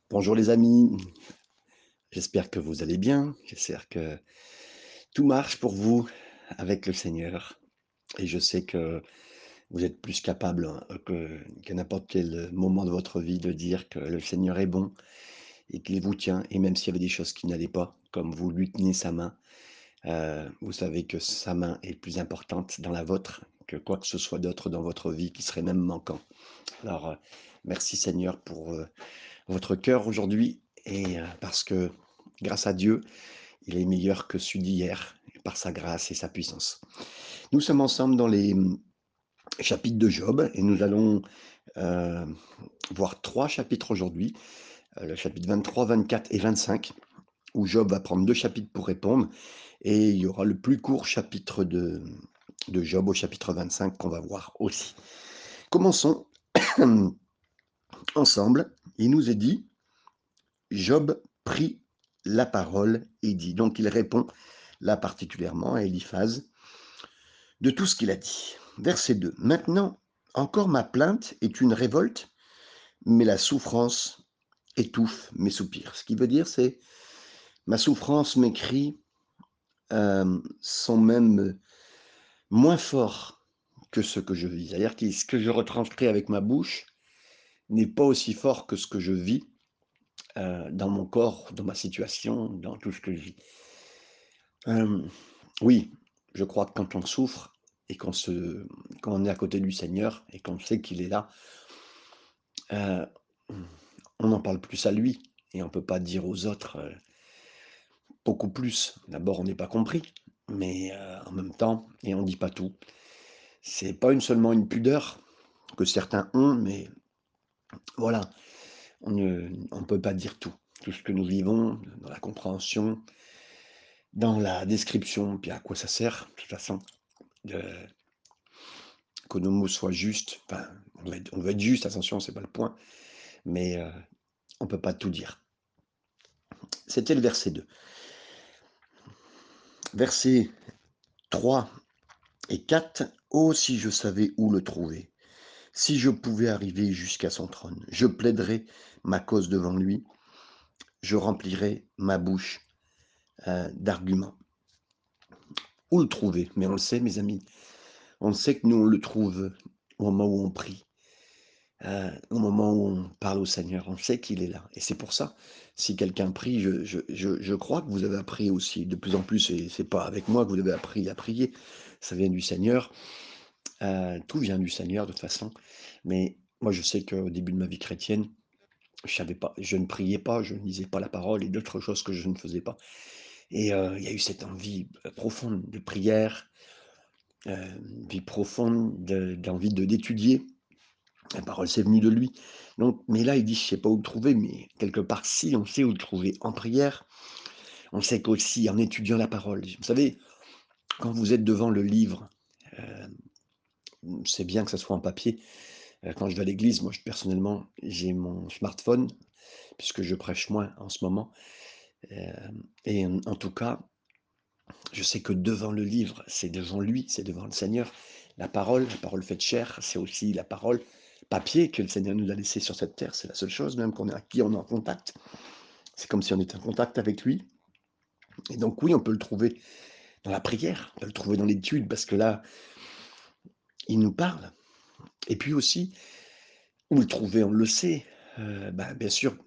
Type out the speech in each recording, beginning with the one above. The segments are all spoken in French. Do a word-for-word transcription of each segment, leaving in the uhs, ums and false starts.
Bonjour les amis, j'espère que vous allez bien, j'espère que tout marche pour vous avec le Seigneur et je sais que vous êtes plus capable hein, que qu'à n'importe quel moment de votre vie de dire que le Seigneur est bon et qu'il vous tient et même s'il y avait des choses qui n'allaient pas, comme vous lui tenez sa main, heu, vous savez que sa main est plus importante dans la vôtre que quoi que ce soit d'autre dans votre vie qui serait même manquant. Alors, heu, merci Seigneur pour, heu, votre cœur aujourd'hui et heu, parce que grâce à Dieu, il est meilleur que celui d'hier, par sa grâce et sa puissance. Nous sommes ensemble dans les mmh, chapitres de Job et nous allons, heu, voir trois chapitres aujourd'hui, heu, le chapitre vingt-trois, vingt-quatre et vingt-cinq, où Job va prendre deux chapitres pour répondre et il y aura le plus court chapitre de de Job au chapitre vingt-cinq qu'on va voir aussi. Commençons ensemble. Il nous est dit: «Job prit la parole et dit», donc il répond là particulièrement à Éliphaz de tout ce qu'il a dit. Verset deux. Maintenant, encore ma plainte est une révolte, mais la souffrance étouffe mes soupirs. Ce qui veut dire, c'est ma souffrance, mes cris euh, sont même moins forts que ce que je vis. C'est-à-dire que ce que je retranscris avec ma bouche n'est pas aussi fort que ce que je vis euh, dans mon corps, dans ma situation, dans tout ce que je vis. Euh, oui, je crois que quand on souffre et qu'on se, quand on est à côté du Seigneur et qu'on sait qu'il est là, Heu, on en parle plus à lui et on peut pas dire aux autres, heu, beaucoup plus. D'abord, on n'est pas compris, mais heu, en même temps et on dit pas tout. C'est pas une seulement une pudeur que certains ont, mais voilà, on ne on peut pas dire tout. Tout ce que nous vivons dans la compréhension, dans la description, puis à quoi ça sert, de toute façon, de que nos mots soient justes. Enfin, on veut être on veut être juste, attention, c'est pas le point, mais heu, on peut pas tout dire. C'était le verset deux. Verset trois et quatre. Oh, si je savais où le trouver, si je pouvais arriver jusqu'à son trône, je plaiderais ma cause devant lui, je remplirais ma bouche euh, d'arguments. Où le trouver? Mais on le sait, mes amis, on sait que nous, on le trouve au moment où on prie, euh, au moment où on parle au Seigneur, on sait qu'il est là. Et c'est pour ça, si quelqu'un prie, je, je, je, je crois que vous avez appris aussi, de plus en plus, et c'est pas avec moi que vous avez appris à prier, ça vient du Seigneur. Heu, tout vient du Seigneur de toute façon, mais moi je sais qu'au début de ma vie chrétienne, je savais pas, je ne priais pas, je ne lisais pas la parole et d'autres choses que je ne faisais pas et heu, il y a eu cette envie, heu, profonde de prière, heu, une vie profonde de d'envie de d'étudier. La parole, c'est venu de lui. Donc mais là, il dit: «Je sais pas où le trouver», mais quelque part si, on sait où le trouver, en prière. On sait qu'aussi en étudiant la parole. Vous savez, quand vous êtes devant le livre, hem, c'est bien que ça soit en papier. Heu, quand je vais à l'église, moi, je personnellement, j'ai mon smartphone, puisque je prêche moins en ce moment, hem et en en tout cas, je sais que devant le livre, c'est devant lui, c'est devant le Seigneur. La parole, la parole faite chair, c'est aussi la parole papier que le Seigneur nous a laissée sur cette terre. C'est la seule chose même qu'on est à qui on est en contact. C'est comme si on était en contact avec lui et donc oui, on peut le trouver dans la prière, on peut le trouver dans l'étude parce que là, il nous parle et puis aussi, où le trouver, on le sait, heu, bah, bien sûr,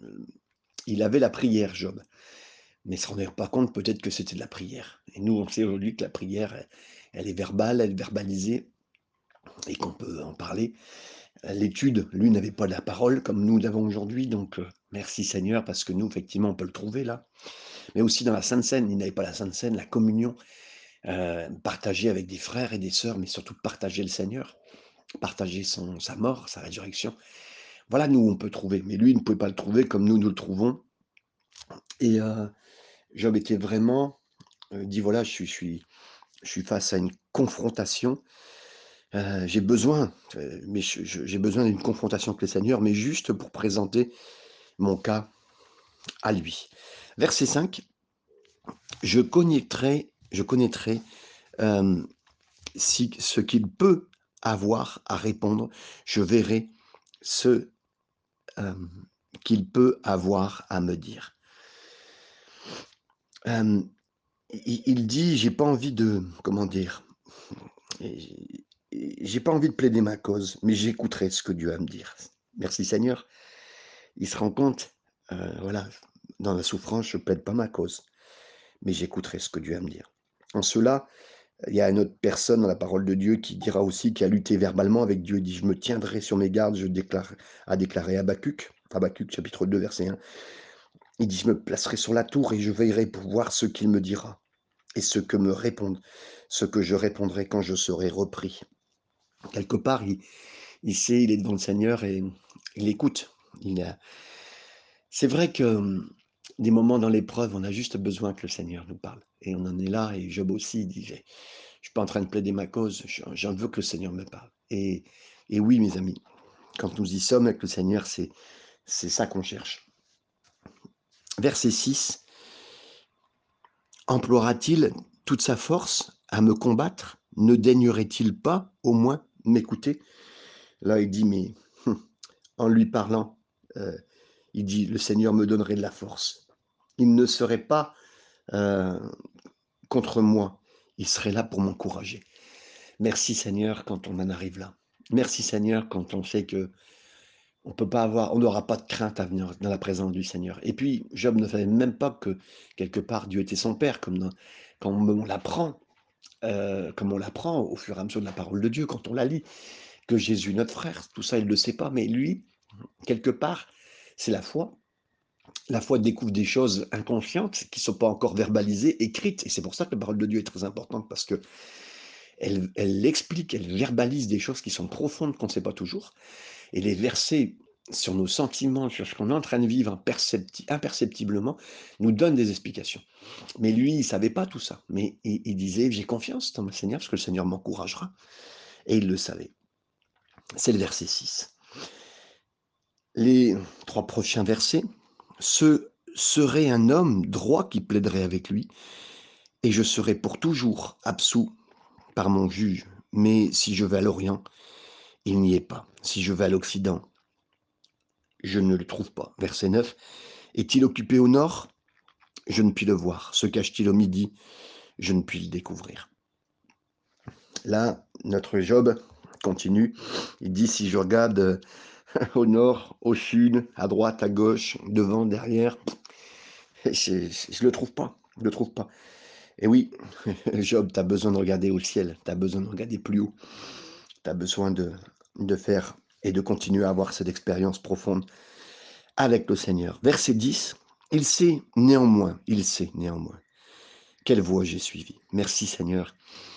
il avait la prière, Job. Mais il se rendait pas compte peut-être que c'était de la prière. Et nous, on sait aujourd'hui que la prière, elle, elle est verbale, elle est verbalisée et qu'on peut en parler. Euh, L'étude, lui, n'avait pas de la parole comme nous l'avons aujourd'hui. Donc, euh, merci Seigneur, parce que nous, effectivement, on peut le trouver là. Mais aussi dans la Sainte Seine, il n'avait pas la Sainte Seine, la communion, euh, partager avec des frères et des sœurs, mais surtout partager le Seigneur, partager son, sa mort, sa résurrection. Voilà, nous, on peut trouver. Mais lui, il ne pouvait pas le trouver comme nous, nous le trouvons. Et euh, Job était vraiment euh, dit, voilà, je suis, je suis je suis face à une confrontation, heu, j'ai besoin, heu, mais je je j'ai besoin d'une confrontation avec le Seigneur, mais juste pour présenter mon cas à lui. Verset cinq. Je connaîtrai je connaîtrai, hem, si ce qu'il peut avoir à répondre, je verrai ce, hem, qu'il peut avoir à me dire. Hem, il il dit: «J'ai pas envie de» comment dire? Et j'ai pas envie de plaider ma cause, mais j'écouterai ce que Dieu a à me dire. Merci Seigneur. Il se rend compte, heu, voilà, dans la souffrance, je plaide pas ma cause, mais j'écouterai ce que Dieu a à me dire. En cela, il y a une autre personne dans la parole de Dieu qui dira aussi, qui a lutté verbalement avec Dieu, il dit: «Je me tiendrai sur mes gardes», je déclare a déclaré Habacuc, Habacuc chapitre deux verset un. Il dit: «Je me placerai sur la tour et je veillerai pour voir ce qu'il me dira et ce que me répondre, ce que je répondrai quand je serai repris». Quelque part, il il sait, il est devant le Seigneur et il écoute. Il a c'est vrai que, mmh, des moments dans l'épreuve, on a juste besoin que le Seigneur nous parle et on en est là et Job aussi, il disait: «Je suis pas en train de plaider ma cause, je j'en veux que le Seigneur me parle» et et oui, mes amis, quand nous y sommes avec le Seigneur, c'est c'est ça qu'on cherche. Verset six: «Emploiera-t-il toute sa force à me combattre? Ne daignerait-il pas, au moins, m'écouter?» Là, il dit: «Mais» en lui parlant, heu, il dit: «Le Seigneur me donnerait de la force». Il ne serait pas, heu, contre moi, il serait là pour m'encourager. Merci Seigneur quand on en arrive là. Merci Seigneur quand on sait que on peut pas avoir on n'aura pas de crainte à venir dans la présence du Seigneur. Et puis Job ne savait même pas que quelque part Dieu était son père comme dans quand on l'apprend, heu, comme on l'apprend au fur et à mesure de la parole de Dieu, quand on la lit, que Jésus est notre frère, tout ça il le sait pas, mais lui, quelque part, c'est la foi. La foi découvre des choses inconscientes qui sont pas encore verbalisées, écrites et c'est pour ça que la parole de Dieu est très importante parce qu'elle elle explique, elle verbalise des choses qui sont profondes qu'on ne sait pas toujours et les versets sur nos sentiments, sur ce qu'on est en train de vivre impercepti imperceptiblement, nous donnent des explications. Mais lui, il savait pas tout ça, mais il il disait: «J'ai confiance dans le Seigneur parce que le Seigneur m'encouragera» et il le savait. C'est le verset six. Les trois prochains versets: «Ce serait un homme droit qui plaiderait avec lui, et je serais pour toujours absous par mon juge. Mais si je vais à l'Orient, il n'y est pas. Si je vais à l'Occident, je ne le trouve pas». Verset neuf. «Est-il occupé au nord? Je ne puis le voir. Se cache-t-il au midi? Je ne puis le découvrir». Là, notre Job continue. Il dit: «Si je regarde, heu, au nord, au sud, à droite, à gauche, devant, derrière, je je le trouve pas, je le trouve pas». Et oui, Job, tu as besoin de regarder au ciel, tu as besoin de regarder plus haut, tu as besoin de de faire et de continuer à avoir cette expérience profonde avec le Seigneur. Verset dix: «Il sait néanmoins, il sait néanmoins quelle voie j'ai suivie». Merci Seigneur.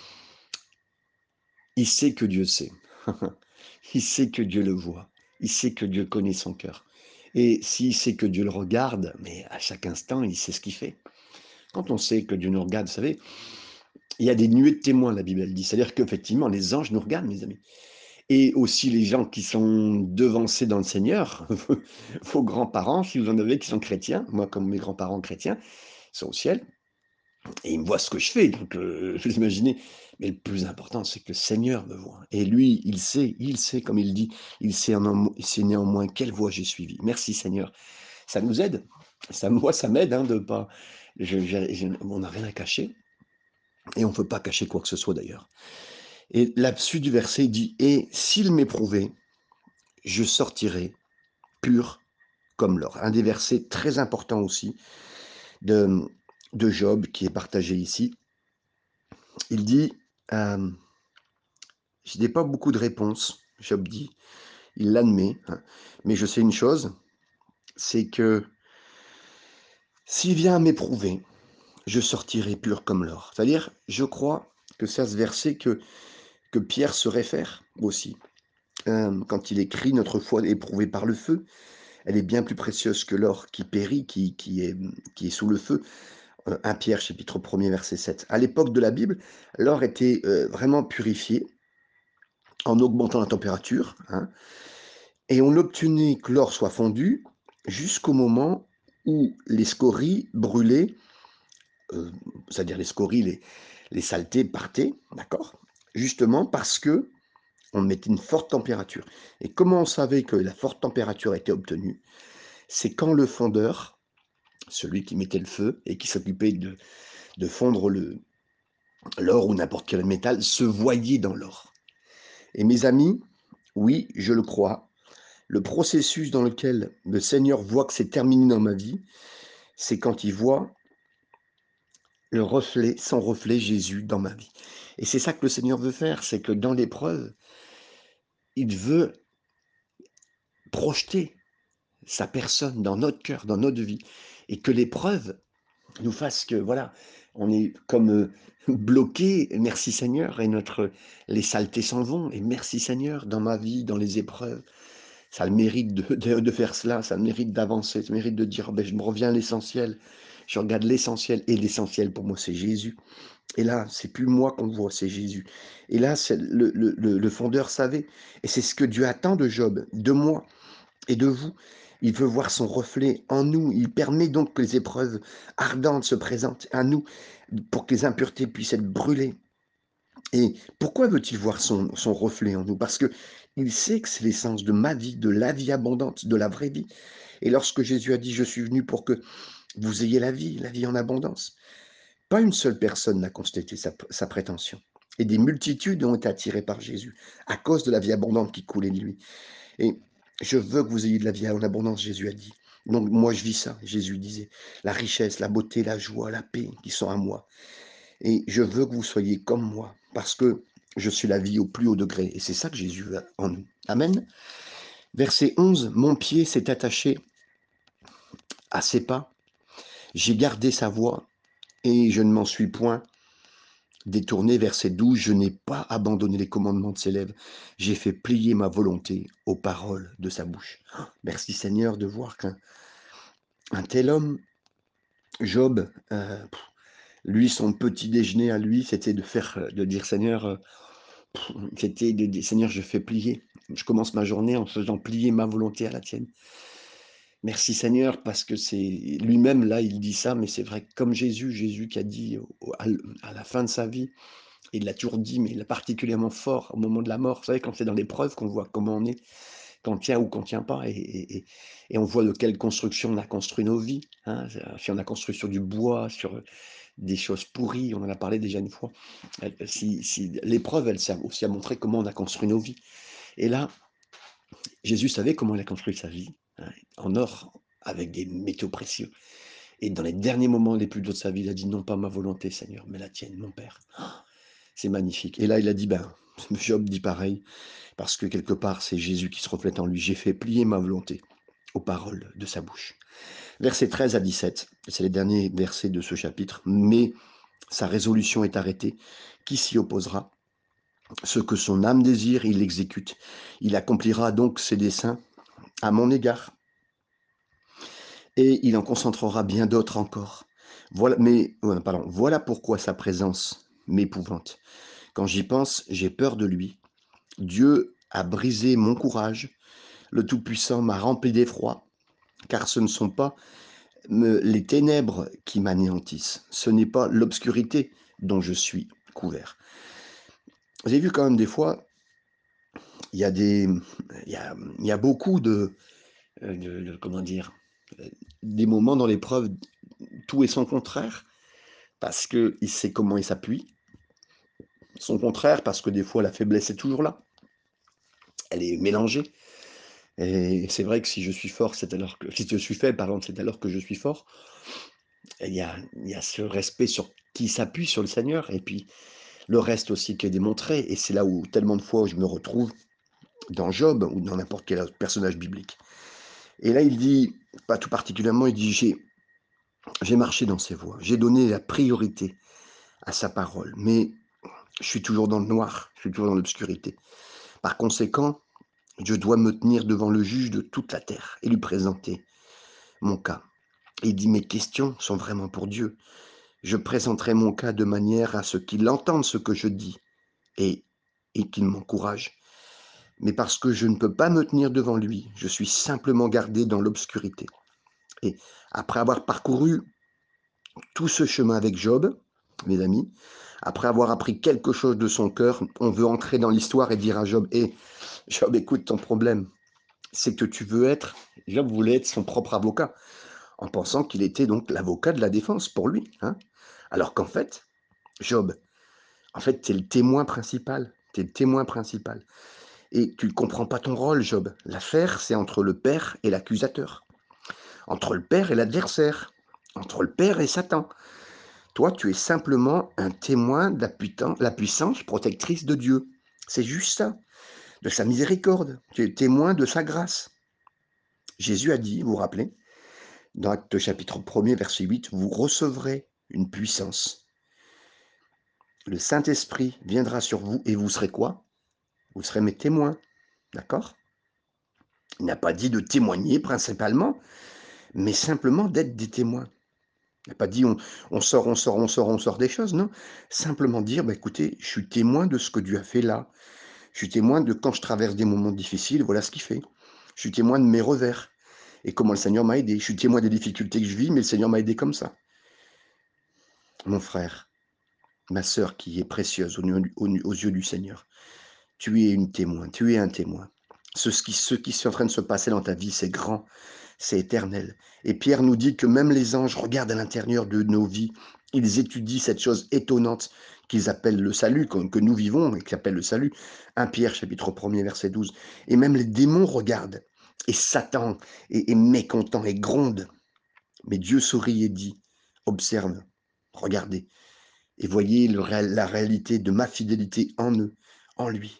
Il sait que Dieu sait. Il sait que Dieu le voit. Il sait que Dieu connaît son cœur. Et s'il sait que Dieu le regarde, mais à chaque instant, il sait ce qu'il fait. Quand on sait que Dieu nous regarde, vous savez, il y a des nuées de témoins, la Bible elle dit. C'est-à-dire qu'effectivement, les anges nous regardent, mes amis. Et aussi les gens qui sont devancés dans le Seigneur, vos grands-parents, si vous en avez qui sont chrétiens, moi comme mes grands-parents chrétiens, sont au ciel, et ils me voient ce que je fais, donc heu, vous imaginez. Mais le plus important, c'est que le Seigneur me voit et lui, il sait, il sait, comme il dit, il sait en il sait néanmoins quelle voie j'ai suivie. Merci Seigneur. Ça nous aide, ça moi ça m'aide, hein, de pas je j'ai je on n'a rien à cacher et on ne peut pas cacher quoi que ce soit d'ailleurs. Et la suite du verset dit: «Et s'il m'éprouvait, je sortirai pur comme l'or». Un des versets très importants aussi de de Job qui est partagé ici. Il dit, hem: «Je n'ai pas beaucoup de réponses», Job dit, il l'admet, hein, «mais je sais une chose, c'est que s'il vient à m'éprouver, je sortirai pur comme l'or». C'est-à-dire, je crois que c'est à ce verset que que Pierre se réfère aussi, hem, quand il écrit: «Notre foi éprouvée par le feu, elle est bien plus précieuse que l'or qui périt, qui qui est, mmh, qui est sous le feu». Heu, un Pierre chapitre premier verset sept. À l'époque de la Bible, l'or était, heu, vraiment purifié en augmentant la température, hein, et on obtenait que l'or soit fondu jusqu'au moment où les scories brûlaient, heu, c'est-à-dire les scories, les les saletés partaient, d'accord? Justement parce que on mettait une forte température et comment on savait que la forte température était obtenue? C'est quand le fondeur, celui qui mettait le feu et qui s'occupait de de fondre le l'or ou n'importe quel métal, se voyait dans l'or. Et mes amis, oui, je le crois, le processus dans lequel le Seigneur voit que c'est terminé dans ma vie, c'est quand il voit le reflet, son reflet, Jésus, dans ma vie. Et c'est ça que le Seigneur veut faire, c'est que dans l'épreuve, il veut projeter sa personne dans notre cœur, dans notre vie, et que l'épreuve nous fasse que, voilà, on est comme euh, bloqué, merci Seigneur, et notre, les saletés s'en vont, et merci Seigneur, dans ma vie, dans les épreuves, ça a le mérite de, de, de faire cela, ça a le mérite d'avancer, ça a le mérite de dire, ben, je me reviens à l'essentiel, je regarde l'essentiel, et l'essentiel pour moi c'est Jésus. Et là, c'est plus moi qu'on voit, c'est Jésus. Et là, c'est le, le, le, le fondeur savait, et c'est ce que Dieu attend de Job, de moi et de vous. Il veut voir son reflet en nous. Il permet donc que les épreuves ardentes se présentent à nous pour que les impuretés puissent être brûlées. Et pourquoi veut-il voir son, son reflet en nous? Parce que il sait que c'est l'essence de ma vie, de la vie abondante, de la vraie vie. Et lorsque Jésus a dit, je suis venu pour que vous ayez la vie, la vie en abondance, pas une seule personne n'a constaté sa, sa prétention. Et des multitudes ont été attirées par Jésus à cause de la vie abondante qui coulait de lui. Et je veux que vous ayez de la vie en abondance, Jésus a dit. Donc moi je vis ça, Jésus disait. La richesse, la beauté, la joie, la paix qui sont à moi. Et je veux que vous soyez comme moi, parce que je suis la vie au plus haut degré. Et c'est ça que Jésus veut en nous. Amen. Verset onze, mon pied s'est attaché à ses pas. J'ai gardé sa voix et je ne m'en suis point détourné. Verset douze, je n'ai pas abandonné les commandements de ses lèvres. J'ai fait plier ma volonté aux paroles de sa bouche. Merci Seigneur de voir qu'un un tel homme, Job, euh, lui, son petit déjeuner à lui, c'était de faire, de dire Seigneur, euh, c'était de dire Seigneur, je fais plier. Je commence ma journée en faisant plier ma volonté à la tienne. Merci Seigneur, parce que c'est lui-même, là, il dit ça, mais c'est vrai, comme Jésus, Jésus qui a dit au- à, à la fin de sa vie, et il l'a toujours dit, mais il l'a particulièrement fort au moment de la mort. Vous savez, quand c'est dans l'épreuve qu'on voit comment on est, qu'on tient ou qu'on tient pas, et, et, et- et on voit de quelle construction on a construit nos vies. Hein. Si on a construit sur du bois, sur des choses pourries, on en a parlé déjà une fois. Elle- Si, si l'épreuve, elle sert aussi à montrer comment on a construit nos vies. Et là, Jésus savait comment il a construit sa vie, hein, en or, avec des métaux précieux. Et dans les derniers moments les plus durs de sa vie, il a dit non pas ma volonté, Seigneur, mais la tienne, mon Père. C'est magnifique. Et là, il a dit, ben, Job dit pareil, parce que quelque part, c'est Jésus qui se reflète en lui. J'ai fait plier ma volonté aux paroles de sa bouche. Versets treize à dix-sept, c'est les derniers versets de ce chapitre. Mais sa résolution est arrêtée. Qui s'y opposera? Ce que son âme désire, il l'exécute. Il accomplira donc ses desseins à mon égard. Et il en concentrera bien d'autres encore. Voilà, mais, pardon, voilà pourquoi sa présence m'épouvante. Quand j'y pense, j'ai peur de lui. Dieu a brisé mon courage. Le Tout-Puissant m'a rempli d'effroi, car ce ne sont pas me- les ténèbres qui m'anéantissent. Ce n'est pas l'obscurité dont je suis couvert. Vous avez vu quand même des fois, il y a des, il y a, il y a beaucoup de, euh, de- de- comment dire, euh, des moments dans l'épreuve, tout est son contraire, parce que il sait comment il s'appuie. Son contraire, parce que des fois la faiblesse est toujours là. Elle est mélangée. Et c'est vrai que si je suis fort, c'est alors que si je suis faible, par exemple, c'est alors que je suis fort. Et il y a, il y a ce respect sur qui s'appuie sur le Seigneur, et puis le reste aussi qui est démontré. Et c'est là où tellement de fois où je me retrouve dans Job ou dans n'importe quel autre personnage biblique. Et là, il dit, pas tout particulièrement, il dit j'ai j'ai marché dans ses voies, j'ai donné la priorité à sa parole, mais je suis toujours dans le noir, je suis toujours dans l'obscurité. Par conséquent, je dois me tenir devant le juge de toute la terre et lui présenter mon cas. Et il dit mes questions sont vraiment pour Dieu. Je présenterai mon cas de manière à ce qu'il entende ce que je dis et, et qu'il m'encourage. Mais parce que je ne peux pas me tenir devant lui, je suis simplement gardé dans l'obscurité. Et après avoir parcouru tout ce chemin avec Job, mes amis, après avoir appris quelque chose de son cœur, on veut entrer dans l'histoire et dire à Job, hé, hey, Job, écoute ton problème. c'est que tu veux être Job voulait être son propre avocat, en pensant qu'il était donc l'avocat de la défense pour lui, hein. Alors qu'en fait, Job, en fait, tu es le témoin principal, tu es le témoin principal et tu ne comprends pas ton rôle, Job. L'affaire, c'est entre le père et l'accusateur, entre le père et l'adversaire, entre le père et Satan. Toi, tu es simplement un témoin de la, putain- la puissance protectrice de Dieu. C'est juste ça, de sa miséricorde. Tu es témoin de sa grâce. Jésus a dit, vous vous rappelez, dans Acte chapitre premier, verset huit, vous recevrez une puissance. Le Saint-Esprit viendra sur vous et vous serez quoi? Vous serez mes témoins. D'accord? Il n'a pas dit de témoigner principalement, mais simplement d'être des témoins. Il n'a pas dit on, on sort, on sort, on sort, on sort des choses, non. Simplement dire, bah, écoutez, je suis témoin de ce que Dieu a fait là. Je suis témoin de quand je traverse des moments difficiles, voilà ce qu'il fait. Je suis témoin de mes revers et comment le Seigneur m'a aidé. Je suis témoin des difficultés que je vis, mais le Seigneur m'a aidé comme ça. Mon frère, ma sœur qui est précieuse aux, aux, aux yeux du Seigneur, tu es une témoin, tu es un témoin. Ce qui, ce qui est en train de se passer dans ta vie, c'est grand, c'est éternel. Et Pierre nous dit que même les anges regardent à l'intérieur de nos vies, ils étudient cette chose étonnante qu'ils appellent le salut, que nous vivons et qui appelle le salut. un Pierre chapitre premier verset douze. Et même les démons regardent. Et Satan est, est mécontent et gronde. Mais Dieu sourit et dit, observe, regardez, et voyez le, la réalité de ma fidélité en eux, en lui.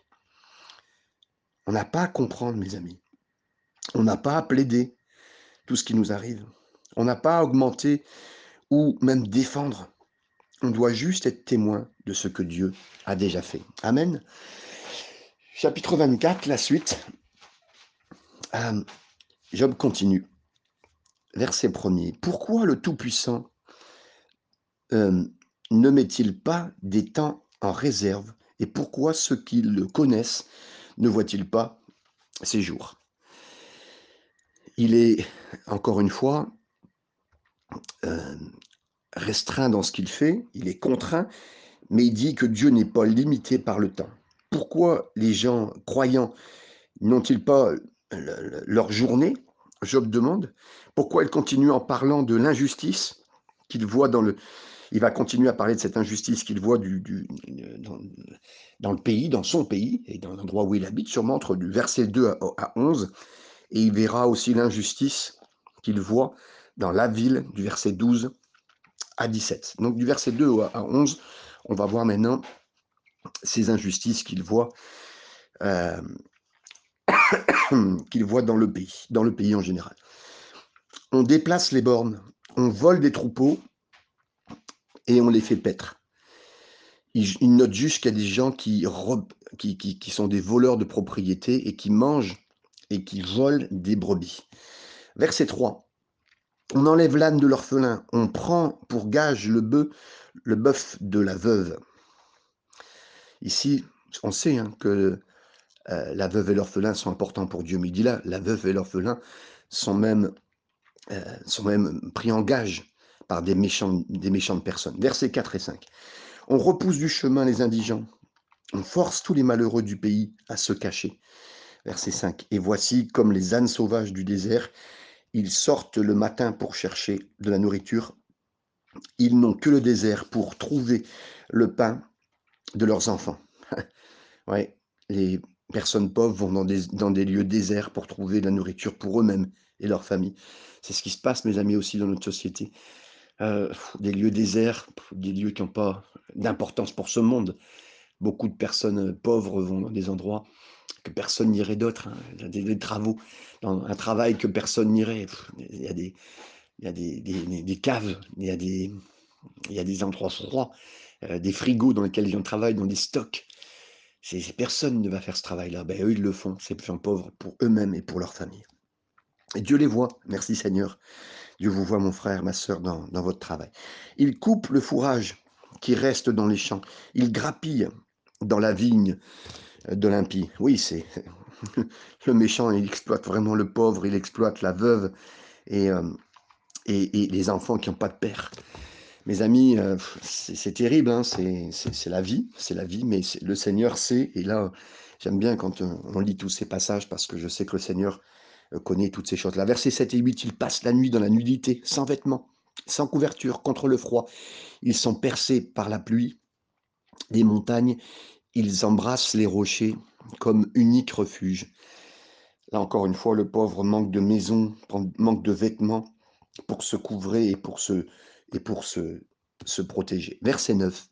On n'a pas à comprendre, mes amis. On n'a pas à plaider tout ce qui nous arrive. On n'a pas à augmenter ou même défendre. On doit juste être témoin de ce que Dieu a déjà fait. Amen. Chapitre vingt-quatre, la suite. Euh, Job continue. Verset premier. Pourquoi le Tout-Puissant euh, ne met-il pas des temps en réserve et pourquoi ceux qui le connaissent ne voient-ils pas ses jours? Il est, encore une fois, euh, restreint dans ce qu'il fait, il est contraint, mais il dit que Dieu n'est pas limité par le temps. Pourquoi les gens croyants n'ont-ils pas leur journée? Job demande. Pourquoi il continue en parlant de l'injustice qu'il voit dans le... Il va continuer à parler de cette injustice qu'il voit du, du, dans, dans le pays, dans son pays, et dans l'endroit où il habite, sûrement entre du verset deux à, à onze, et il verra aussi l'injustice qu'il voit dans la ville du verset douze à dix-sept. Donc du verset deux à onze, on va voir maintenant ces injustices qu'il voit, euh, qu'il voit dans le pays, dans le pays en général. On déplace les bornes, on vole des troupeaux et on les fait paître. Il, il note juste qu'il y a des gens qui, qui, qui, qui sont des voleurs de propriété et qui mangent et qui volent des brebis. Verset trois. On enlève l'âne de l'orphelin, on prend pour gage le bœuf, le bœuf de la veuve. Ici, on sait hein, que euh, la veuve et l'orphelin sont importants pour Dieu, mais il dit là, la veuve et l'orphelin sont même, euh, sont même pris en gage par des, méchants, des méchantes personnes. Versets quatre et cinq. On repousse du chemin les indigents, on force tous les malheureux du pays à se cacher. Verset cinq. Et voici, comme les ânes sauvages du désert, ils sortent le matin pour chercher de la nourriture. Ils n'ont que le désert pour trouver le pain de leurs enfants. Ouais, les personnes pauvres vont dans des, dans des lieux déserts pour trouver de la nourriture pour eux-mêmes et leur famille. C'est ce qui se passe, mes amis, aussi dans notre société. Euh, des lieux déserts, des lieux qui n'ont pas d'importance pour ce monde. Beaucoup de personnes pauvres vont dans des endroits que personne n'irait d'autre, hein. Des, des travaux, dans un travail que personne n'irait. Il y a des, il y a des, des, des caves, il y a des, il y a des endroits froids, euh, des frigos dans lesquels les gens travaillent, dans des stocks. C'est, personne ne va faire ce travail-là. Ben, eux, ils le font, ces gens pauvres, pour eux-mêmes et pour leur famille. Et Dieu les voit. Merci Seigneur. Dieu vous voit, mon frère, ma sœur, dans, dans votre travail. Il coupe le fourrage qui reste dans les champs. Il grappille dans la vigne de l'impie. Oui, c'est le méchant, il exploite vraiment le pauvre, il exploite la veuve et, euh, et, et les enfants qui n'ont pas de père. Mes amis, euh, c'est, c'est terrible, hein, c'est, c'est, c'est la vie, c'est la vie, mais le Seigneur sait, et là, j'aime bien quand on, on lit tous ces passages, parce que je sais que le Seigneur heu, connaît toutes ces choses-là. Versets sept et huit, ils passent la nuit dans la nudité, sans vêtements, sans couverture, contre le froid. Ils sont percés par la pluie des montagnes, ils embrassent les rochers comme unique refuge. Là encore une fois, le pauvre manque de maison, pan manque de vêtements pour se couvrer et pour se et pour se se protéger. Verset neuf.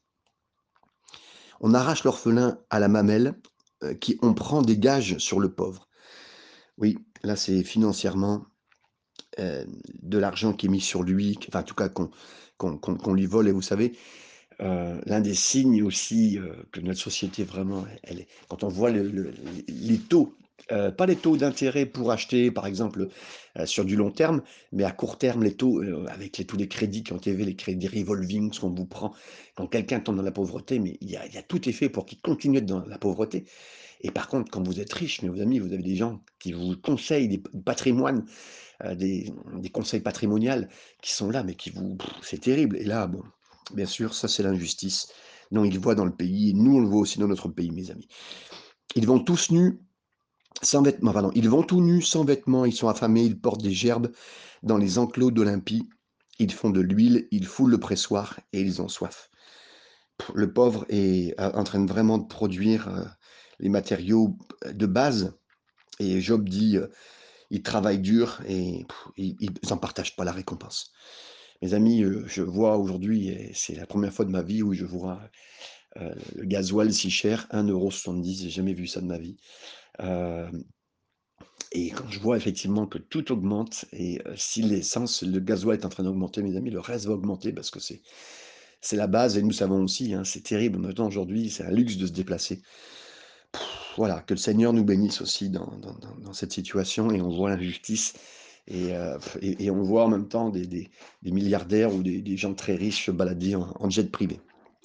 On arrache l'orphelin à la mamelle, heu, qui on prend des gages sur le pauvre. Oui, là, c'est financièrement, heu, de l'argent qui est mis sur lui, q enfin, en tout cas, qu'on qu'on qu'on qu'on lui vole et vous savez, heu, l'un des signes aussi, heu, que notre société vraiment, elle elle est quand on voit le le les les taux, heu, pas les taux d'intérêt pour acheter, par exemple, heu, sur du long terme, mais à court terme, les taux, heu, avec les tous les crédits qui ont été les crédits revolving, ce qu'on vous prend quand quelqu'un tombe dans la pauvreté, mais il y a il y a tout est fait pour qu'il continue à être dans la pauvreté et par contre, quand vous êtes riche, mes amis, vous avez des gens qui vous conseillent des p patrimoines, heu, des des conseils patrimonial qui sont là, mais qui vous pff, c'est terrible et là, bon, bien sûr, ça, c'est l'injustice dont ils voient dans le pays et nous, on le voit aussi dans notre pays, mes amis. Ils vont tous nus, sans vêtements pardon, ils vont tout nus, sans vêtements, ils sont affamés, ils portent des gerbes dans les enclos d'Olympie, ils font de l'huile, ils foulent le pressoir et ils ont soif. Pff, le pauvre est, heu, en train de vraiment de produire, heu, les matériaux b de base et Job dit, heu: «Ils travaillent dur et pff, ils ils ils en partagent pas la récompense». Mes amis, heu, je vois aujourd'hui et c'est la première fois de ma vie où je vois, heu, le gasoil si cher, un euro soixante-dix, j'ai jamais vu ça de ma vie. Hem et quand je vois effectivement que tout augmente et heu, si l'essence, le gasoil est en train d'augmenter, mes amis, le reste va augmenter parce que c'est c'est la base et nous savons aussi, hein, c'est terrible. Maintenant, aujourd'hui, c'est un luxe de se déplacer. Pff, Voilà, que le Seigneur nous bénisse aussi dans dans dans dans cette situation et on voit l'injustice et heu et et on voit en même temps des des des milliardaires ou des des gens très riches se balader en en jet privé.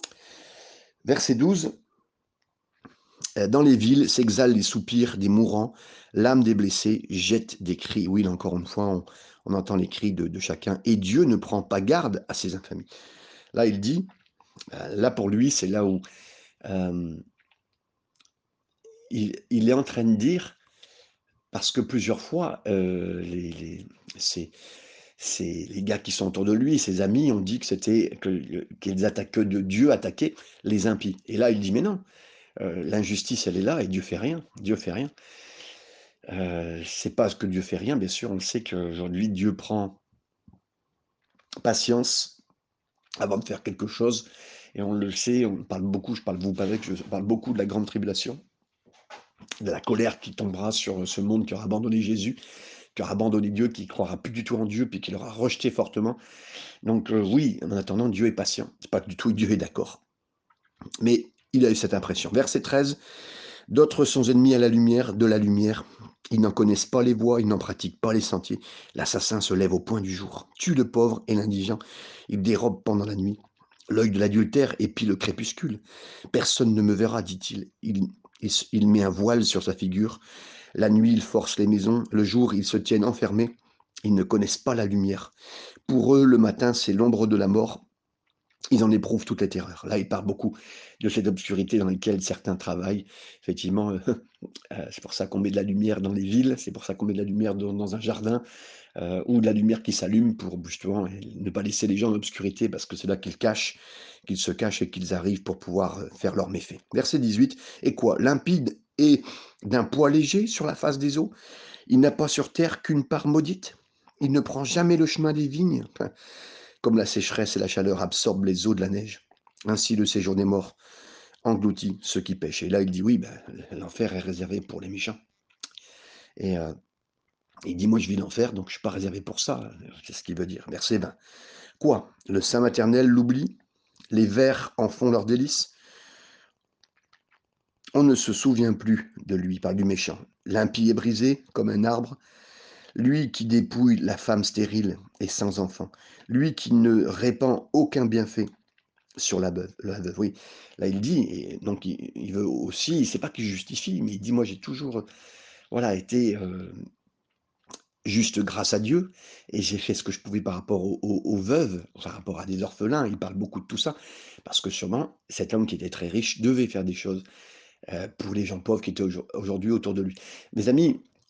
Verset douze. Heu, dans les villes s'exhalent les soupirs des mourants, l'âme des blessés jette des cris. Oui, là encore une fois, on on entend les cris de de chacun et Dieu ne prend pas garde à ses infamies. Là, il dit, heu, là pour lui, c'est là où, hem, il il est en train de dire parce que plusieurs fois, heu, les les ces ces les gars qui sont autour de lui, ses amis, ont dit que c'était que le qu'ils attaquent que de Dieu attaquait les impies et là, il dit: «Mais non, heu, l'injustice, elle est là et Dieu fait rien, Dieu fait rien». Heu, c'est pas ce que Dieu fait rien, bien sûr, on le sait qu'aujourd'hui Dieu prend patience avant de faire quelque chose et on le sait, on parle beaucoup, je parle vous savez que je parle beaucoup de la grande tribulation, de la colère qui tombera sur ce monde qui aura abandonné Jésus, qui aura abandonné Dieu, qui croira plus du tout en Dieu, puis qui l'aura rejeté fortement. Donc heu, oui, en attendant, Dieu est patient. C'est pas du tout Dieu est d'accord. Mais il a eu cette impression. Verset treize. D'autres sont ennemis à la lumière, de la lumière. Ils n'en connaissent pas les voies, ils n'en pratiquent pas les sentiers. L'assassin se lève au point du jour, tue le pauvre et l'indigent. Il dérobe pendant la nuit. L'œil de l'adultère épie le crépuscule. Personne ne me verra, dit-il. Il, il, il met un voile sur sa figure. La nuit, il force les maisons. Le jour, ils se tiennent enfermés. Ils ne connaissent pas la lumière. Pour eux, le matin, c'est l'ombre de la mort. Ils en éprouvent toutes les terreurs. Là, il parle beaucoup de cette obscurité dans laquelle certains travaillent. Effectivement, heu, c'est pour ça qu'on met de la lumière dans les villes, c'est pour ça qu'on met de la lumière dans dans un jardin, heu, ou de la lumière qui s'allume pour justement et ne pas laisser les gens dans l'obscurité parce que c'est là qu'ils cachent qu'ils se cachent et qu'ils arrivent pour pouvoir, heu, faire leurs méfaits. Verset dix-huit. «Et quoi? Limpide et d'un poids léger sur la face des eaux? Il n'a pas sur terre qu'une part maudite? Il ne prend jamais le chemin des vignes? Comme la sécheresse et la chaleur absorbent les eaux de la neige, ainsi le séjour des morts engloutit ceux qui pêchent. Et là, il dit oui, ben, l'enfer est réservé pour les méchants. Et euh, il dit, moi, je vis l'enfer, donc je ne suis pas réservé pour ça. C'est ce qu'il veut dire. Verset vingt. Quoi? Le Saint maternel l'oublie? Les vers en font leur délice? On ne se souvient plus de lui par du méchant. L'impie est brisé comme un arbre. Lui qui dépouille la femme stérile et sans enfant. Lui qui ne répand aucun bienfait sur la veuve, la veuve, oui. Là, il dit et donc il il veut aussi c'est pas qu'il justifie, mais il dit: «Moi, j'ai toujours, heu, voilà, été, heu, juste grâce à Dieu et j'ai fait ce que je pouvais par rapport aux aux aux veuves, par rapport à des orphelins». Il parle beaucoup de tout ça parce que sûrement cet homme qui était très riche devait faire des choses, heu, pour les gens pauvres qui étaient aujour aujourd'hui autour de lui. Mes amis,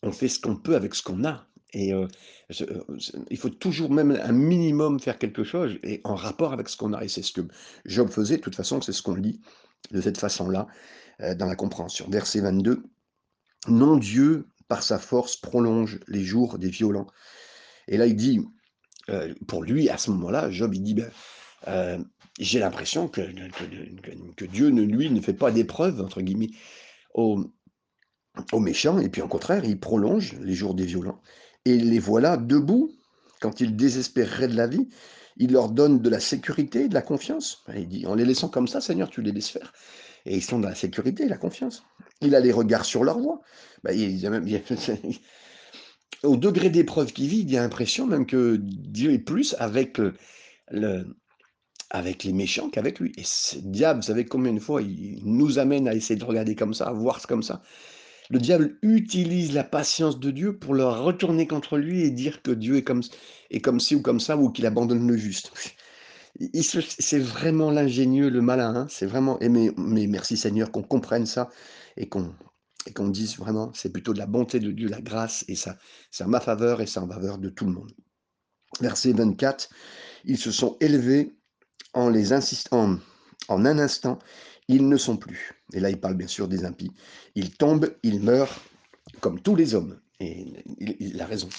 on fait ce qu'on peut avec ce qu'on a et heu, je heu, je il faut toujours même un minimum faire quelque chose et en rapport avec ce qu'on a et c'est ce que Job faisait. De toute façon, c'est ce qu'on lit de cette façon-là, heu, dans la compréhension. Verset vingt-deux: «Non, Dieu, par sa force, prolonge les jours des violents». Et là, il dit, heu, pour lui, à ce moment-là, Job, il dit: «Ben, heu, j'ai l'impression que que que que Dieu ne lui, ne fait pas «d'épreuve» entre guillemets aux aux méchants et puis au contraire, il prolonge les jours des violents et les voilà debout quand ils désespéreraient de la vie. Il leur donne de la sécurité, de la confiance. Ben, il dit: «En les laissant comme ça, Seigneur, tu les laisses faire» et ils sont dans la sécurité et la confiance. Il a les regards sur leur voie. Ben, il y a même il y a au degré d'épreuve qu'il vit, il a l'impression même que Dieu est plus avec, heu, le avec les méchants qu'avec lui et ce diable, vous savez combien de fois il nous amène à essayer de regarder comme ça, à voir comme ça. Le diable utilise la patience de Dieu pour le retourner contre lui et dire que Dieu est comme est comme ci ou comme ça ou qu'il abandonne le juste. Il il se c'est vraiment l'ingénieux, le malin, hein, c'est vraiment et mais mais merci Seigneur qu'on comprenne ça et qu'on et qu'on dise vraiment: «C'est plutôt de la bonté de Dieu, la grâce et ça c'est en ma faveur et c'est en faveur de tout le monde». Verset vingt-quatre: «Ils se sont élevés en les insistant en un instant, ils ne sont plus». Et là, il parle bien sûr des impies. «Ils tombent, ils meurent comme tous les hommes» et il il a raison.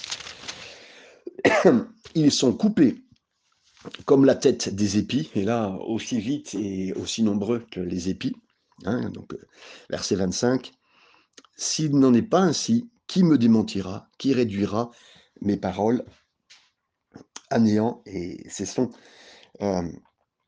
«Ils sont coupés comme la tête des épis» et là, aussi vite et aussi nombreux que les épis, hein, donc heu, verset vingt-cinq: «S'il n'en est pas ainsi, qui me démentira? Qui réduira mes paroles à néant?» Et ce sont, hem,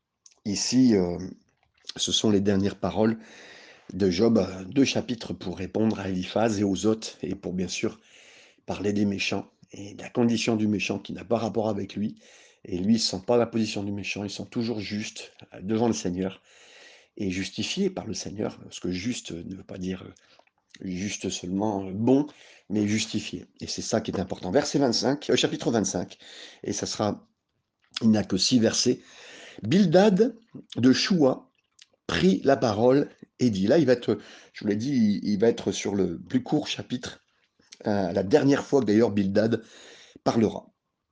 ici, hem, ce sont les dernières paroles de Job, heu, deux chapitres pour répondre à Éliphaz et aux autres et pour bien sûr parler des méchants et de la condition du méchant qui n'a pas rapport avec lui et lui, il sent pas la position du méchant, il sent toujours juste, heu, devant le Seigneur et justifié par le Seigneur, parce que juste ne veut pas dire, heu, juste seulement, heu, bon, mais justifié et c'est ça qui est important. Verset vingt-cinq, heu, chapitre vingt-cinq et ça sera il n'a que six versets. Bildad de Choua prit la parole et dit, là il va être, je vous l'ai dit, il il va être sur le plus court chapitre, heu, la dernière fois que d'ailleurs Bildad parlera.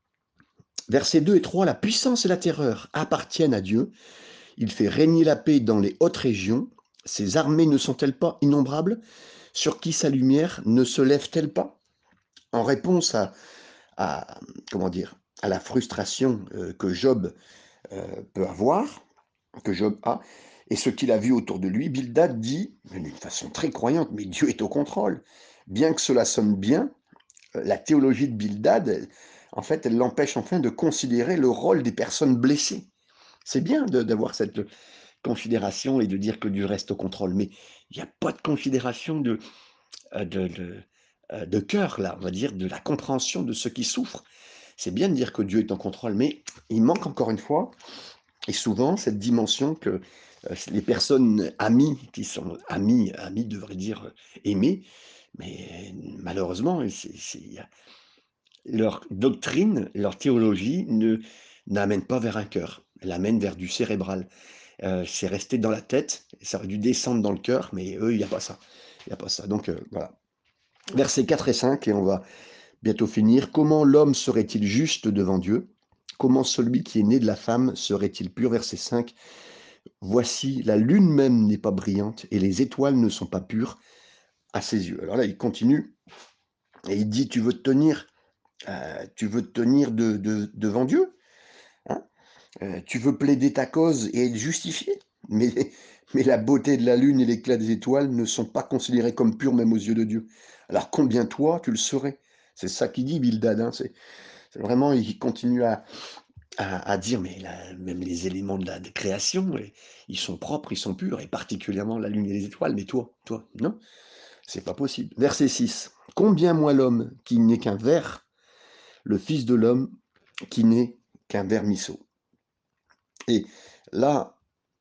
Versets deux et trois: «La puissance et la terreur appartiennent à Dieu. Il fait régner la paix dans les hautes régions. Ses armées ne sont-elles pas innombrables? Sur qui sa lumière ne se lève-t-elle pas?» En réponse à à comment dire? À la frustration, heu, que Job, heu, peut avoir, que Job a et ce qu'il a vu autour de lui, Bildad dit, mais d'une façon très croyante: «Mais Dieu est au contrôle». Bien que cela sonne bien, heu, la théologie de Bildad, elle en fait, elle l'empêche enfin de considérer le rôle des personnes blessées. C'est bien de d'avoir cette, considération et de dire que Dieu reste au contrôle, mais il y a pas de considération de, heu, de de, heu, de cœur là, on va dire, de la compréhension de ceux qui souffrent. C'est bien de dire que Dieu est en contrôle, mais il manque encore une fois et souvent cette dimension que, heu, les personnes amies qui sont amies amies devraient dire, heu, aimées, mais malheureusement, c'est c'est il y a leur doctrine, leur théologie ne n'amène pas vers un cœur, elle amène vers du cérébral. Heu, c'est resté dans la tête, ça aurait dû descendre dans le cœur, mais eux, il y a pas ça. Il y a pas ça, donc heu, voilà. Versets quatre et cinq et on va bientôt finir. «Comment l'homme serait-il juste devant Dieu? Comment celui qui est né de la femme serait-il pur?» Verset cinq: «Voici, la lune même n'est pas brillante et les étoiles ne sont pas pures à ses yeux». Alors là, il continue et il dit: «Tu veux te tenir, heu, tu veux te tenir de de devant Dieu, hein? Heu, tu veux plaider ta cause et être justifié, mais mais la beauté de la lune et l'éclat des étoiles ne sont pas considérés comme purs même aux yeux de Dieu. Alors combien toi tu le serais?» C'est ça qu'il dit Bildad, hein, c'est c'est vraiment il continue à à à dire: «Mais la même les éléments de la de création, et ils sont propres, ils sont purs et particulièrement la lune et les étoiles, mais toi toi, non, c'est pas possible». Verset six: «Combien moins l'homme qui n'est qu'un ver, le fils de l'homme qui n'est qu'un vermisseau?» Et là,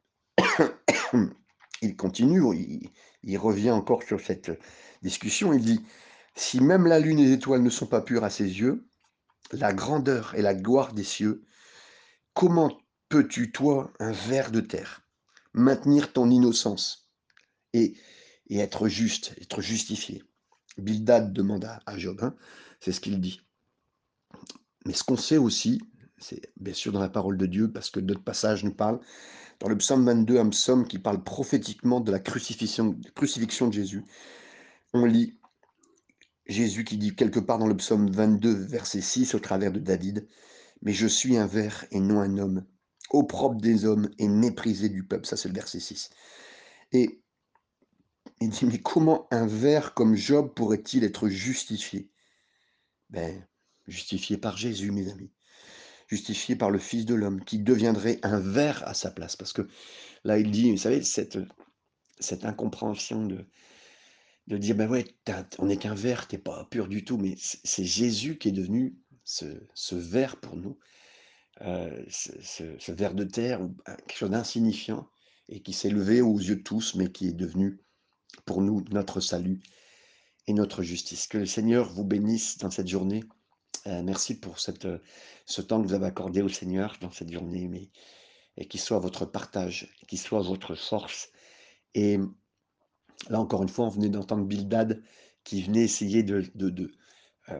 il continue, il il revient encore sur cette discussion, il dit: «Si même la lune et les étoiles ne sont pas pures à ses yeux, la grandeur et la gloire des cieux, comment peux-tu, toi, un ver de terre, maintenir ton innocence et et être juste, être justifié?» Bildad demande à, à Job, hein, c'est ce qu'il dit. Mais ce qu'on sait aussi, c'est bien sûr dans la parole de Dieu, parce que d'autres passages nous parlent, dans le psaume vingt-deux, un psaume qui parle prophétiquement de la crucifixion, crucifixion de Jésus. On lit Jésus qui dit quelque part dans le psaume vingt-deux, verset six, au travers de David, mais je suis un ver et non un homme, opprobre des hommes et méprisé du peuple. Ça, c'est le verset six. Et il dit, mais comment un ver comme Job pourrait-il être justifié? Ben, justifié par Jésus, mes amis. Justifié par le Fils de l'homme, qui deviendrait un ver à sa place. Parce que là, il dit, vous savez, cette, cette incompréhension de, de dire, ben ouais, t'as- on n'est qu'un ver, t'es pas pur du tout, mais c'est c'est Jésus qui est devenu ce, ce ver pour nous. euh, ce, ce- ce ver de terre, ou un- quelque chose d'insignifiant, et qui s'est levé aux yeux de tous, mais qui est devenu pour nous notre salut et notre justice. Que le Seigneur vous bénisse dans cette journée. Euh, merci pour cette, euh, ce temps que vous avez accordé au Seigneur dans cette journée, mais et qu'il soit votre partage, qu'il soit votre force. Et là, encore une fois, on venait d'entendre Bildad qui venait essayer de, de, de, euh,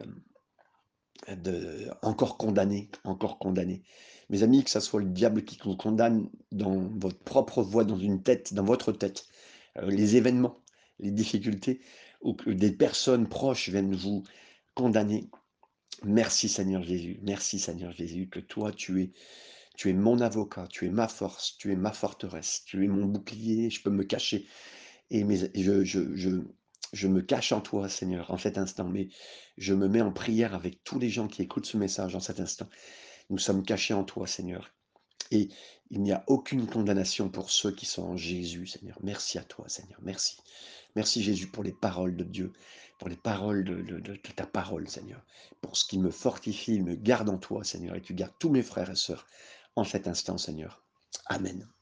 de encore condamner, encore condamner. Mes amis, que ça soit le diable qui vous condamne dans votre propre voix, dans une tête, dans votre tête, euh, les événements, les difficultés, ou que des personnes proches viennent vous condamner. Merci Seigneur Jésus, merci Seigneur Jésus, que toi tu es, tu es mon avocat, tu es ma force, tu es ma forteresse, tu es mon bouclier, je peux me cacher. Et mes, je, je, je, je me cache en toi, Seigneur, en cet instant, mais je me mets en prière avec tous les gens qui écoutent ce message en cet instant. Nous sommes cachés en toi, Seigneur. Et il n'y a aucune condamnation pour ceux qui sont en Jésus, Seigneur. Merci à toi, Seigneur. Merci. Merci, Jésus, pour les paroles de Dieu, pour les paroles de, de, de, de ta parole, Seigneur. Pour ce qui me fortifie, il me garde en toi, Seigneur. Et tu gardes tous mes frères et sœurs en cet instant, Seigneur. Amen.